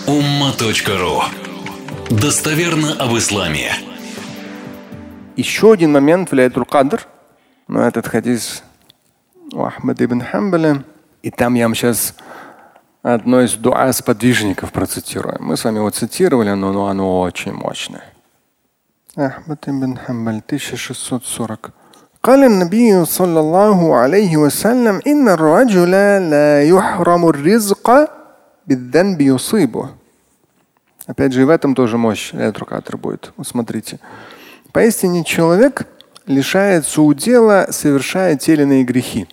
umma.ru. Достоверно об исламе. Еще один момент в Лейлатуль Кадр. Этот хадис у Ахмада ибн Хамбаля. И там я вам сейчас одно из дуа сподвижников процитирую. Мы с вами его цитировали, но оно очень мощное. Ахмад ибн Хамбаль, 1640. قال النبي صلى الله عليه وسلم إن الرجل لا يحرم الرزق بالذنب يصيبه. Опять же, и в этом тоже мощь Лейлатуль Кадр будет. Вот смотрите. Поистине человек лишается удела, совершая те или иные грехи.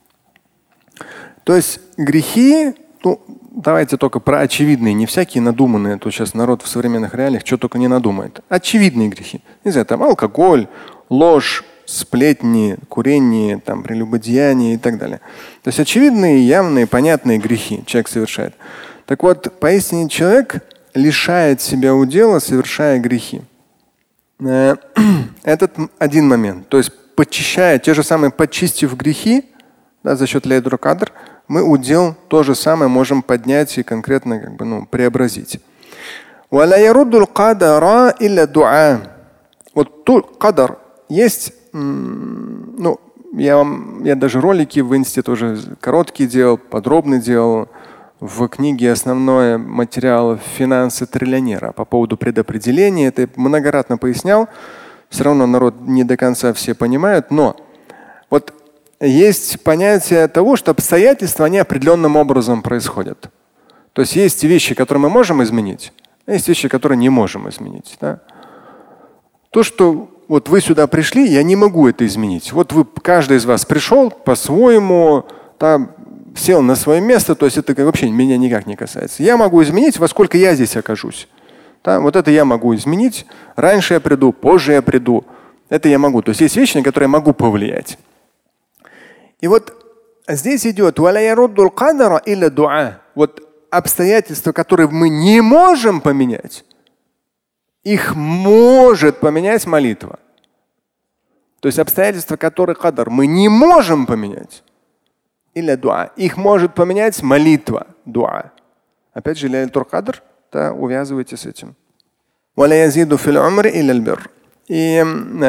То есть грехи, давайте только про очевидные, не всякие надуманные. То сейчас народ в современных реалиях что только не надумает. Очевидные грехи. Не знаю, там алкоголь, ложь, сплетни, курение, там, прелюбодеяние и так далее. То есть очевидные, явные, понятные грехи человек совершает. Так вот, поистине человек лишает себя удела, совершая грехи. Этот один момент. То есть подчищая, те же самые подчистив грехи, да, за счет Лейлатуль Кадр, мы удел то же самое можем поднять и конкретно преобразить. Вот кадар есть, я даже ролики в инсте тоже короткие делал, подробно делал. В книге основное материал «Финансы триллионера» по поводу предопределения. Это я многократно пояснял. Все равно народ не до конца все понимают. Но вот есть понятие того, что обстоятельства они определенным образом происходят. То есть есть вещи, которые мы можем изменить, а есть вещи, которые не можем изменить. Да? То, что вот вы сюда пришли, я не могу это изменить. Вот каждый из вас пришел по-своему, там, сел на свое место, то есть это вообще меня никак не касается. Я могу изменить, во сколько я здесь окажусь. Да? Вот это я могу изменить. Раньше я приду, позже я приду. Это я могу. То есть есть вещи, на которые я могу повлиять. И вот здесь идет вот обстоятельства, которые мы не можем поменять, их может поменять молитва. То есть обстоятельства, которые кадар мы не можем поменять, или дуа, их может поменять молитва, дуа. Опять же, Лейлатуль Кадр, да, увязывайте с этим. И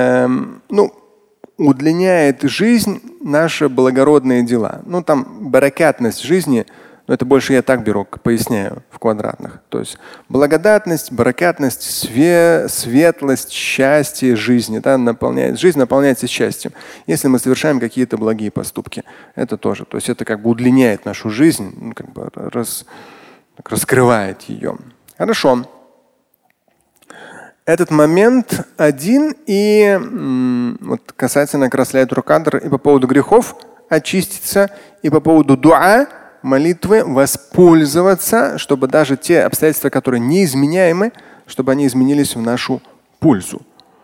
удлиняет жизнь наши благородные дела. Там баракатность жизни, но это больше я так беру, поясняю в квадратных. То есть благодатность, баракатность, светлость, счастье жизни, да, жизнь наполняется счастьем. Если мы совершаем какие-то благие поступки, это тоже. То есть это удлиняет нашу жизнь, раскрывает ее. Хорошо. Этот момент один и вот касательно как раз Лейлатуль Кадр и по поводу грехов очиститься, и по поводу дуа, молитвы воспользоваться, чтобы даже те обстоятельства, которые неизменяемы, чтобы они изменились в нашу пользу.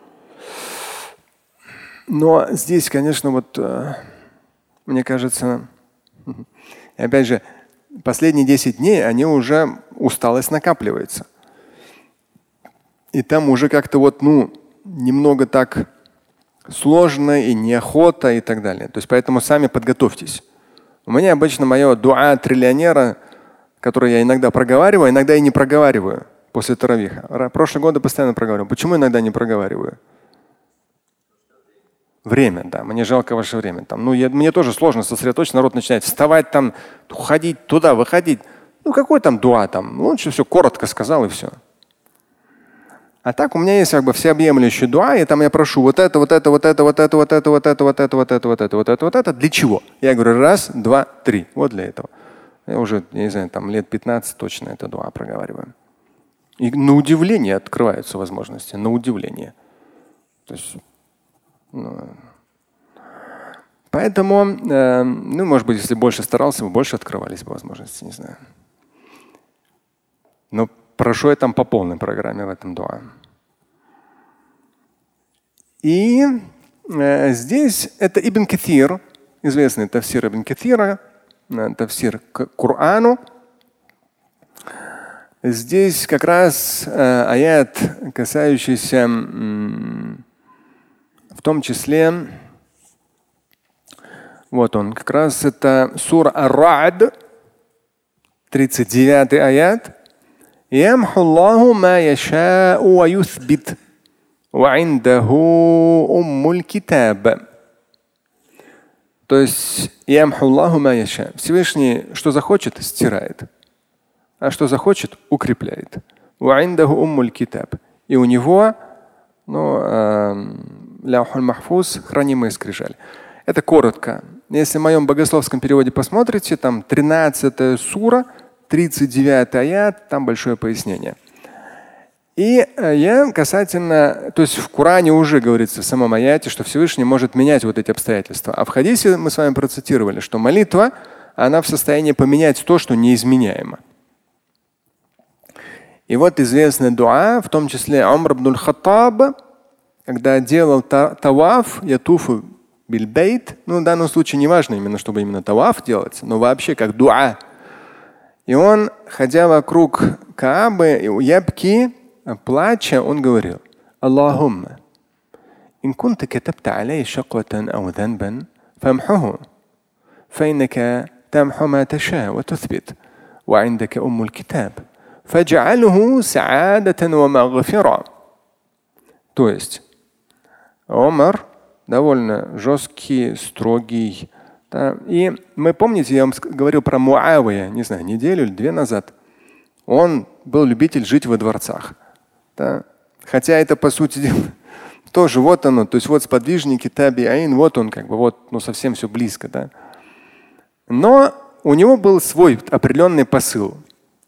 Но здесь, конечно, мне кажется, опять же, последние 10 дней, они уже усталость накапливается. И там уже как-то немного так сложно и неохота и так далее. То есть поэтому сами подготовьтесь. У меня обычно мое дуа триллионера, которое я иногда проговариваю, иногда и не проговариваю после таравиха. Прошлые годы постоянно проговариваю. Почему иногда не проговариваю? Время, да. Мне жалко ваше время. Мне тоже сложно сосредоточиться. Народ начинает вставать, ходить туда, выходить. Какой там дуа там? Лучше все коротко сказал и все. А так у меня есть всеобъемлющий дуа, и там я прошу вот это. Для чего? Я говорю 1, 2, 3. Вот для этого. Я уже, не знаю, лет 15 точно это дуа проговариваю. И на удивление открываются возможности. На удивление. То есть, поэтому, может быть, если больше старался бы, больше открывались бы возможности, не знаю. Но прошу я там по полной программе в этом дуа. И здесь это Ибн Каthир, известный тафсир Ибн Каthира, тафсир к Корану. Здесь как раз аят, касающийся в том числе, вот он, как раз это сура Ар-Ра'д, 39 аят. Ямху Аллаху ма яшау ва юсбит. Ва индаху уммуль китаб. То есть ямху Аллаху ма яша. Всевышний, что захочет, стирает. А что захочет, укрепляет. Ва индаху уммуль китаб. И у него ляухуль махфуз, хранимая скрижаль. Это коротко. Если в моем богословском переводе посмотрите, там 13 сура, 39 аят, там большое пояснение. И я касательно, то есть в Коране уже говорится в самом аяте, что Всевышний может менять вот эти обстоятельства. А в хадисе мы с вами процитировали, что молитва, она в состоянии поменять то, что неизменяемо. И вот известная дуа, в том числе Умар ибн аль-Хаттаб, когда делал таваф, ятуфу бильбейт, в данном случае не важно именно, чтобы именно таваф делать, но вообще как дуа. И он, ходя вокруг Каабы, ябки, плача, он говорил: Аллахумма, ин кунта катабта алей шакватан ау данбан, фамхуху, файнака тамху ма таша ва туthбит, ва индака уммуль китаб. Фадж'алуху саадатан ва магфира. То есть Омар довольно жесткий, строгий. Да. И мы, помните, я вам говорил про Муавия, не знаю, неделю или две назад. Он был любитель жить во дворцах. Да. Хотя это, по сути дела, тоже вот оно, то есть вот сподвижники, табиаин, вот он как бы вот, совсем все близко. Да. Но у него был свой определенный посыл.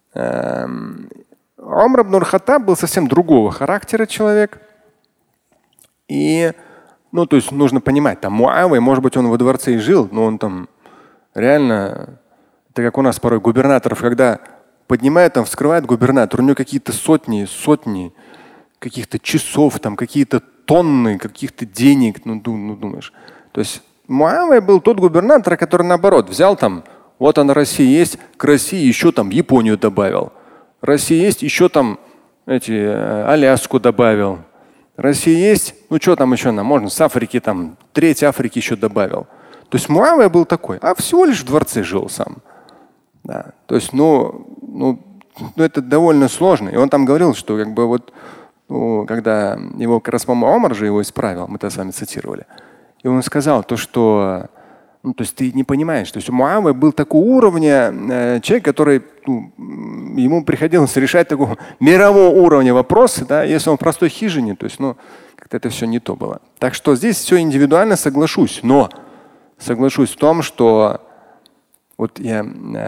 Умар ибн аль-Хаттаб был совсем другого характера человек. И, то есть нужно понимать, там Муавия, может быть, он во дворце и жил, но он там реально, это как у нас порой губернаторов, когда поднимают, там вскрывает губернатор, у него какие-то сотни каких-то часов, там какие-то тонны, каких-то денег, думаешь. То есть Муавия был тот губернатор, который наоборот взял там, вот она Россия есть, к России еще там Японию добавил. Россия есть, еще там Аляску добавил. Россия есть, что там еще нам можно? С Африки там, треть Африки еще добавил. То есть Муавия был такой, а всего лишь в дворце жил сам. Да. То есть, это довольно сложно. И он там говорил, что как бы вот, когда его как раз Омар же его исправил, мы это с вами цитировали. И он сказал то, что то есть ты не понимаешь. То есть Муавия был такого уровня человек, который ему приходилось решать такого мирового уровня вопросы, да, если он в простой хижине, то есть как-то это все не то было. Так что здесь все индивидуально, соглашусь, но соглашусь в том, что вот я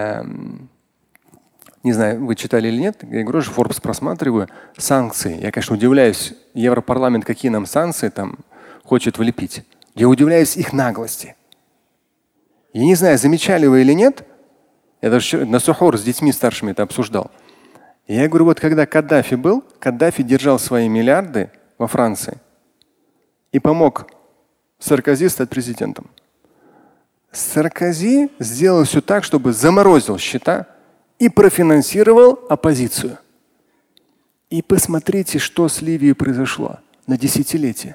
не знаю, вы читали или нет, я говорю, что Forbes просматриваю санкции. Я, конечно, удивляюсь, Европарламент какие нам санкции там хочет влепить. Я удивляюсь их наглости. Я не знаю, замечали вы или нет, я даже на сухор с детьми старшими это обсуждал. И я говорю, вот когда Каддафи был, Каддафи держал свои миллиарды во Франции и помог Саркози стать президентом. Саркози сделал все так, чтобы заморозил счета и профинансировал оппозицию. И посмотрите, что с Ливией произошло на десятилетие.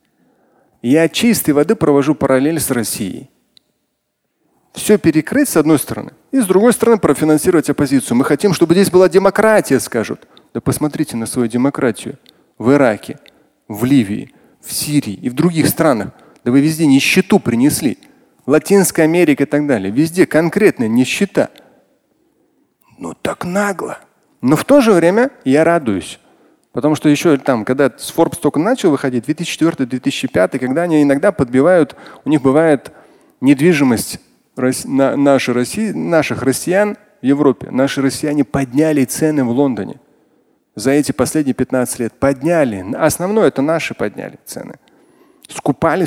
Я чистой воды провожу параллель с Россией. Все перекрыть с одной стороны, и с другой стороны профинансировать оппозицию. Мы хотим, чтобы здесь была демократия, скажут. Да посмотрите на свою демократию в Ираке, в Ливии, в Сирии и в других странах. Да вы везде нищету принесли. Латинская Америка и так далее. Везде конкретная нищета. Так нагло. Но в то же время я радуюсь. Потому что еще там, когда с Forbes только начал выходить, 2004-2005, когда они иногда подбивают, у них бывает недвижимость наших россиян в Европе. Наши россияне подняли цены в Лондоне. За эти последние 15 лет подняли. Основное это наши подняли цены. Скупали.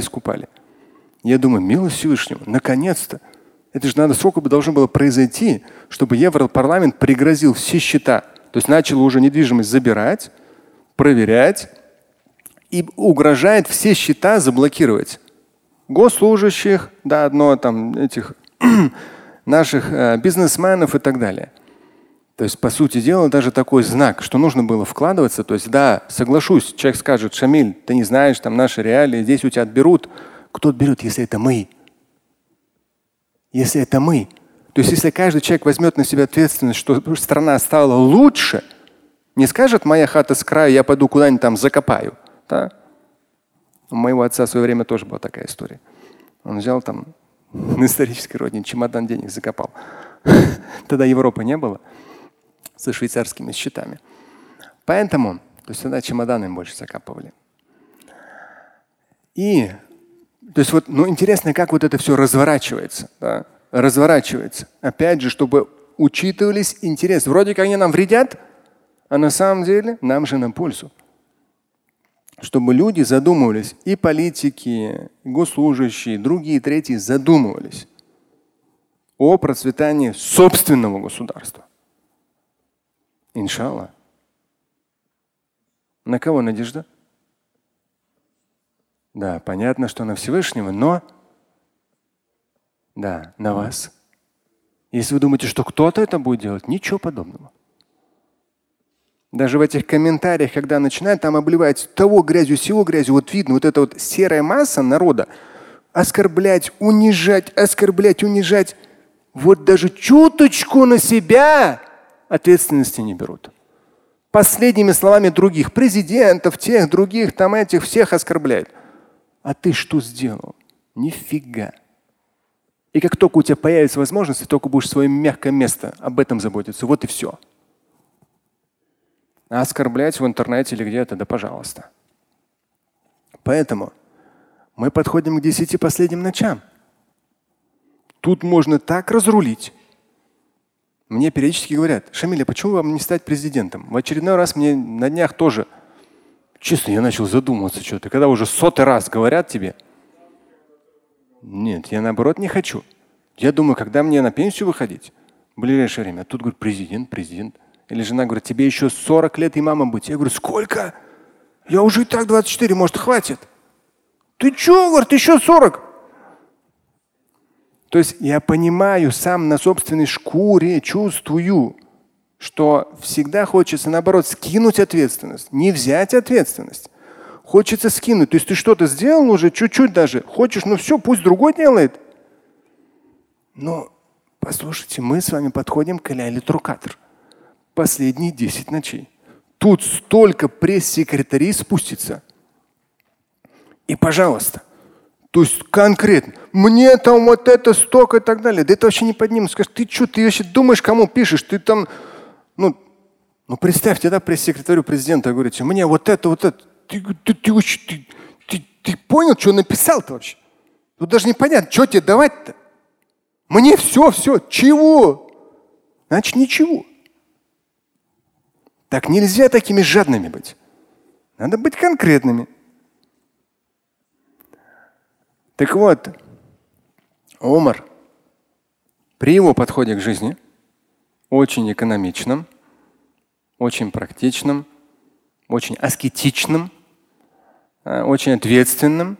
Я думаю, милость Всевышнего, наконец-то. Это же надо, сколько бы должно было произойти, чтобы Европарламент пригрозил все счета. То есть начал уже недвижимость забирать, проверять и угрожает все счета заблокировать. Госслужащих, да, одно там этих наших бизнесменов и так далее. То есть, по сути дела, даже такой знак, что нужно было вкладываться. То есть, да, соглашусь, человек скажет: Шамиль, ты не знаешь там наши реалии, здесь у тебя отберут. Кто отберет, если это мы? Если это мы? То есть если каждый человек возьмет на себя ответственность, что страна стала лучше, не скажет моя хата с краю, я пойду куда-нибудь там закопаю. Да? У моего отца в свое время тоже была такая история. Он взял там на исторической родине чемодан денег закопал. Тогда Европы не было со швейцарскими счетами. Поэтому, то есть тогда чемоданы больше закапывали. И то есть вот, интересно, как вот это все разворачивается. Да? Разворачивается. Опять же, чтобы учитывались интересы. Вроде как они нам вредят, а на самом деле нам же на пользу. Чтобы люди задумывались, и политики, и госслужащие, и другие, третьи задумывались о процветании собственного государства. Иншаллах. На кого надежда? Да, понятно, что на Всевышнего, но да, на вас. Если вы думаете, что кто-то это будет делать, ничего подобного. Даже в этих комментариях, когда начинают там обливать того грязью, сего грязью, вот видно, вот эта вот серая масса народа оскорблять, унижать, оскорблять, унижать. Вот даже чуточку на себя ответственности не берут. Последними словами других президентов, тех, других, там этих, всех оскорбляют. А ты что сделал? Нифига. И как только у тебя появится возможность, ты только будешь свое мягкое место об этом заботиться. Вот и все. А оскорблять в интернете или где-то, да пожалуйста. Поэтому мы подходим к 10 последним ночам. Тут можно так разрулить. Мне периодически говорят: Шамиль, а почему вам не стать президентом? В очередной раз мне на днях тоже, честно, я начал задумываться что-то. Когда уже 100-й раз говорят тебе, нет, я наоборот не хочу. Я думаю, когда мне на пенсию выходить в ближайшее время. А тут говорит: президент. Или жена говорит: тебе еще 40 лет и мама быть. Я говорю: сколько? Я уже и так 24, может, хватит? Ты че, говорит, еще 40? То есть я понимаю сам на собственной шкуре, чувствую, что всегда хочется, наоборот, скинуть ответственность, не взять ответственность. Хочется скинуть. То есть ты что-то сделал уже, чуть-чуть даже. Хочешь, ну все, пусть другой делает. Но послушайте, мы с вами подходим к Ляйлятуль Кадр. Последние 10 ночей. Тут столько пресс-секретарей спустится. И пожалуйста. То есть конкретно. Мне там вот это столько и так далее. Да это вообще не поднимут. Скажешь: ты что, ты вообще думаешь, кому пишешь? Ты там, ну представьте, да, пресс-секретарю президента говорите: мне вот это. Ты понял, что написал-то вообще? Тут даже непонятно, что тебе давать-то? Мне все. Чего? Значит, ничего. Так нельзя такими жадными быть. Надо быть конкретными. Так вот, Умар при его подходе к жизни, очень экономичном, очень практичном, очень аскетичном, очень ответственным,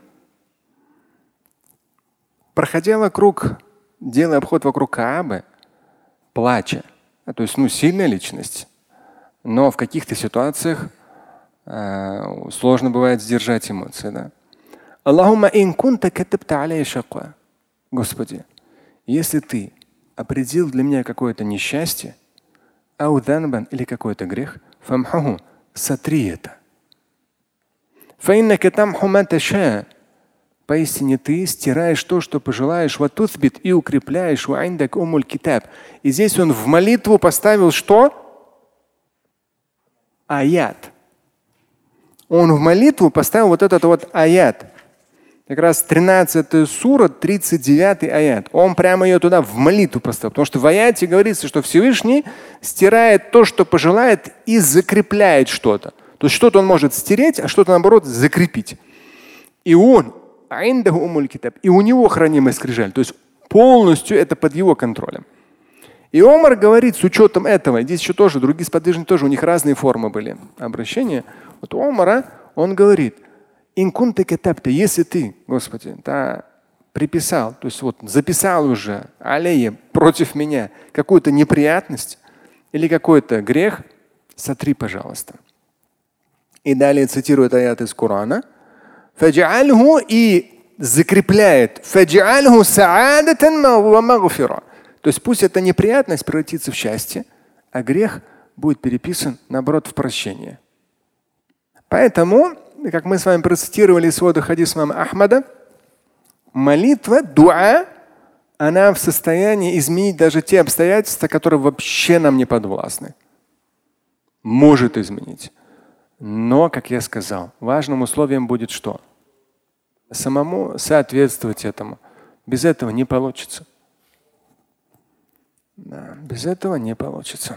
проходя вокруг, делая обход вокруг Каабы, плача. То есть, сильная личность, но в каких-то ситуациях сложно бывает сдержать эмоции. Да? Аллахумма ин кунта катабта алейя шаква. Господи, если ты определил для меня какое-то несчастье, ауданбан или какой-то грех, фамхаху, сотри это. Фаиннака тамху ма таша. Поистине ты стираешь то, что пожелаешь, ватутбит, и укрепляешь ваиндак умуль китаб. И здесь он в молитву поставил что? Аят. Он в молитву поставил вот этот вот аят. Как раз 13 сура, 39 аят. Он прямо ее туда в молитву поставил. Потому что в аяте говорится, что Всевышний стирает то, что пожелает, и закрепляет что-то. То есть что-то он может стереть, а что-то наоборот закрепить. И он, и у него хранимая скрижаль. То есть полностью это под его контролем. И Омар говорит с учетом этого, здесь еще тоже другие сподвижники тоже, у них разные формы были обращения. Вот у Омара он говорит: если ты, Господи, приписал, то есть вот записал уже алейя против меня какую-то неприятность или какой-то грех, сотри, пожалуйста. И далее цитирует аят из Корана. И закрепляет. То есть пусть эта неприятность превратится в счастье, а грех будет переписан, наоборот, в прощение. Поэтому, как мы с вами процитировали свода хадис имама Ахмада, молитва, дуа, она в состоянии изменить даже те обстоятельства, которые вообще нам не подвластны. Может изменить. Но, как я сказал, важным условием будет что? Самому соответствовать этому. Без этого не получится. Да, без этого не получится.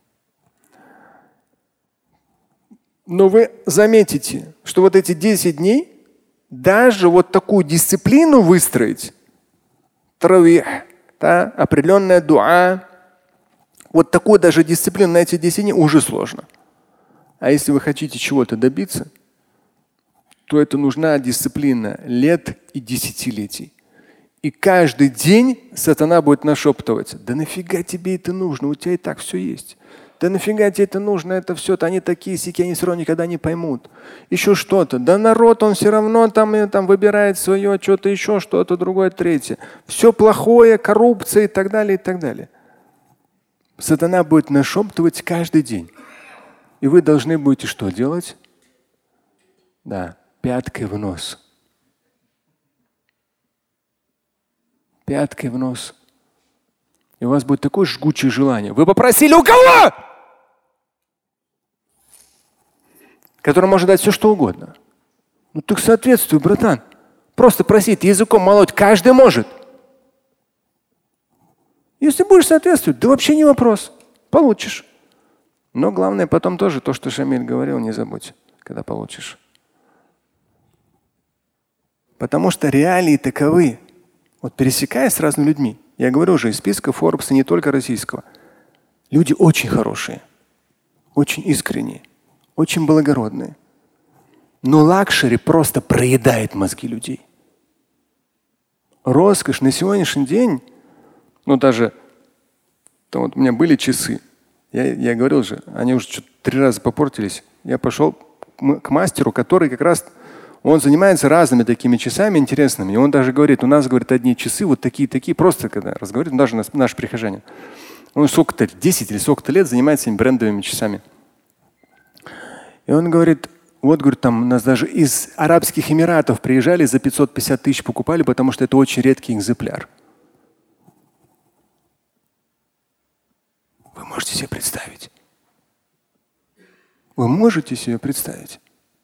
Но вы заметите, что вот эти 10 дней, даже вот такую дисциплину выстроить, таравих, да, определенная дуа, вот такую даже дисциплину на эти 10 дней уже сложно. А если вы хотите чего-то добиться, то это нужна дисциплина лет и десятилетий. И каждый день сатана будет нашептывать: да нафига тебе это нужно, у тебя и так все есть. Да нафига тебе это нужно, это все-то, они такие сики, они все равно никогда не поймут. Еще что-то. Да народ, он все равно там выбирает свое, что-то еще, что-то другое, третье. Все плохое, коррупция и так далее, и так далее. Сатана будет нашептывать каждый день. И вы должны будете что делать? Да, пяткой в нос. Пяткой в нос. И у вас будет такое жгучее желание. Вы попросили у кого? Который может дать все, что угодно. Ну так соответствуй, братан. Просто просить, языком молоть каждый может. Если будешь соответствовать, да вообще не вопрос. Получишь. Но главное потом тоже то, что Шамиль говорил, не забудь, когда получишь. Потому что реалии таковы. Вот пересекаясь с разными людьми, я говорю уже из списка Форбса, не только российского, люди очень хорошие, очень искренние, очень благородные. Но лакшери просто проедает мозги людей. Роскошь на сегодняшний день, даже там вот у меня были часы. Я говорил же, они уже 3 раза попортились. Я пошел к мастеру, который как раз он занимается разными такими часами интересными. И он даже говорит, у нас, говорит, одни часы вот такие, просто когда разговаривает, даже наш прихожанин. Он сколько-то, 10 или сколько-то лет занимается этими брендовыми часами. И он говорит, вот, говорит, там у нас даже из Арабских Эмиратов приезжали, за 550 тысяч покупали, потому что это очень редкий экземпляр. Вы можете себе представить? Вы можете себе представить?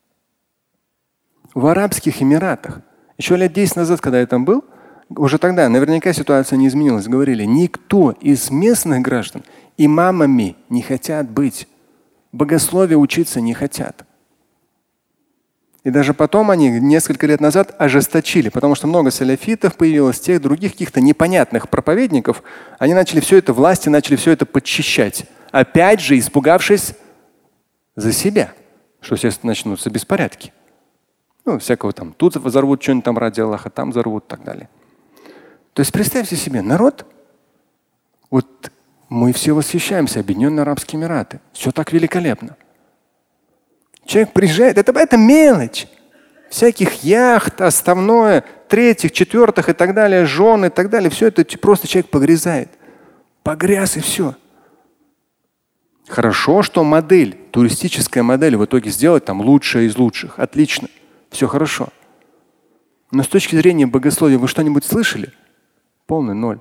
В Арабских Эмиратах, еще лет 10 назад, когда я там был, уже тогда наверняка ситуация не изменилась. Говорили, никто из местных граждан имамами не хотят быть. Богословие учиться не хотят. И даже потом они несколько лет назад ожесточили, потому что много саляфитов появилось, тех других каких-то непонятных проповедников. Они начали все это, власти начали все это подчищать. Опять же, испугавшись за себя, что сейчас начнутся беспорядки. Всякого там. Тут взорвут что-нибудь там ради Аллаха, там взорвут и так далее. То есть представьте себе, народ, вот мы все восхищаемся, Объединенные Арабские Эмираты. Все так великолепно. Человек приезжает, это мелочь. Всяких яхт, основное, третьих, четвертых и так далее, жены и так далее. Все это просто человек погрязает. Погряз и все. Хорошо, что модель, туристическая модель в итоге сделать там лучшая из лучших. Отлично. Все хорошо. Но с точки зрения богословия вы что-нибудь слышали? Полный ноль.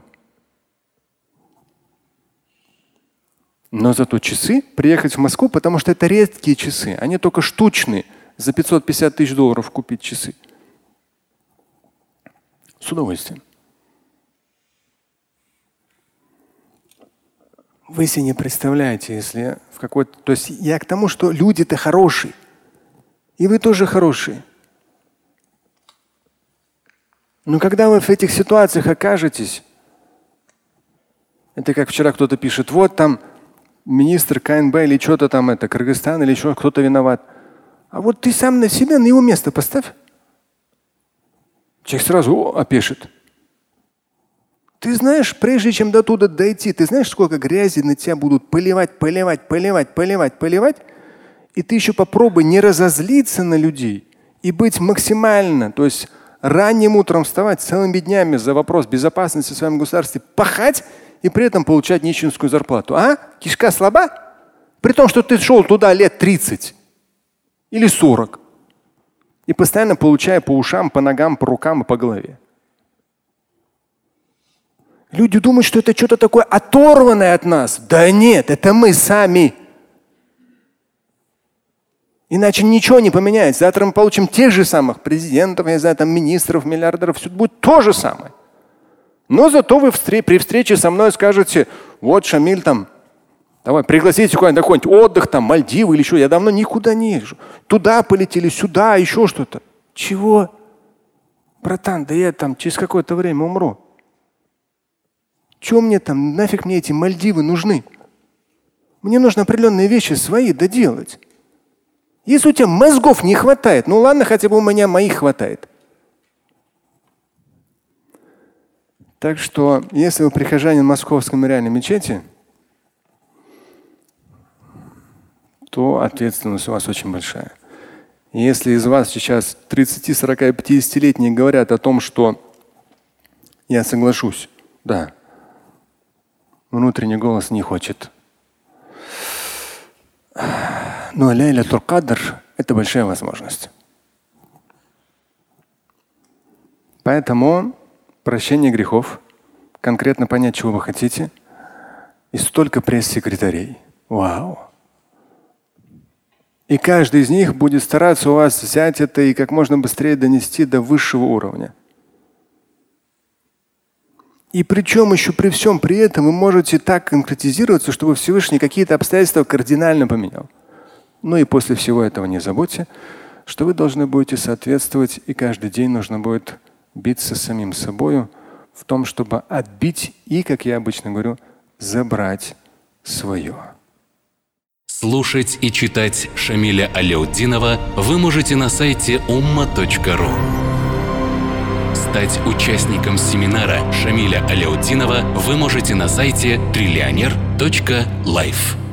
Но зато часы, приехать в Москву, потому что это редкие часы. Они только штучные. За 550 тысяч долларов купить часы. С удовольствием. Вы себе не представляете, если в какой-то… То есть я к тому, что люди-то хорошие. И вы тоже хорошие. Но когда вы в этих ситуациях окажетесь, это как вчера кто-то пишет, вот там министр КНБ или что-то там, Кыргызстан или еще кто-то виноват. А вот ты сам на себя, на его место поставь. Человек сразу опешит. Ты знаешь, прежде чем до туда дойти, ты знаешь, сколько грязи на тебя будут поливать. И ты еще попробуй не разозлиться на людей и быть максимально, то есть ранним утром вставать, целыми днями за вопрос безопасности в своем государстве, пахать и при этом получать нищенскую зарплату. А? Кишка слаба? При том, что ты шел туда лет 30 или 40 и постоянно получая по ушам, по ногам, по рукам и по голове. Люди думают, что это что-то такое оторванное от нас. Да нет, это мы сами. Иначе ничего не поменяется. Завтра мы получим тех же самых президентов, я знаю, там министров, миллиардеров. Все будет то же самое. Но зато вы при встрече со мной скажете: вот, Шамиль, там, давай, пригласите куда-нибудь, какой-нибудь отдых, там, Мальдивы или еще. Я давно никуда не езжу. Туда полетели, сюда, еще что-то. Чего? Братан, да я там через какое-то время умру. Чего мне там, нафиг мне эти Мальдивы нужны? Мне нужно определенные вещи свои доделать. Если у тебя мозгов не хватает, ну ладно, хотя бы у меня моих хватает. Так что, если вы прихожанин Московской мемориальной мечети, то ответственность у вас очень большая. Если из вас сейчас 30, 40, 50-летние говорят о том, что я соглашусь, да, внутренний голос не хочет. Но Лейлатуль Кадр – это большая возможность. Поэтому прощение грехов, конкретно понять, чего вы хотите, и столько пресс-секретарей. Вау! И каждый из них будет стараться у вас взять это и как можно быстрее донести до высшего уровня. И причем еще при всем при этом вы можете так конкретизироваться, чтобы Всевышний какие-то обстоятельства кардинально поменял. Ну и после всего этого не забудьте, что вы должны будете соответствовать, и каждый день нужно будет биться с самим собою в том, чтобы отбить и, как я обычно говорю, забрать свое. Слушать и читать Шамиля Аляутдинова вы можете на сайте umma.ru. Стать участником семинара Шамиля Аляутдинова вы можете на сайте trillioner.life.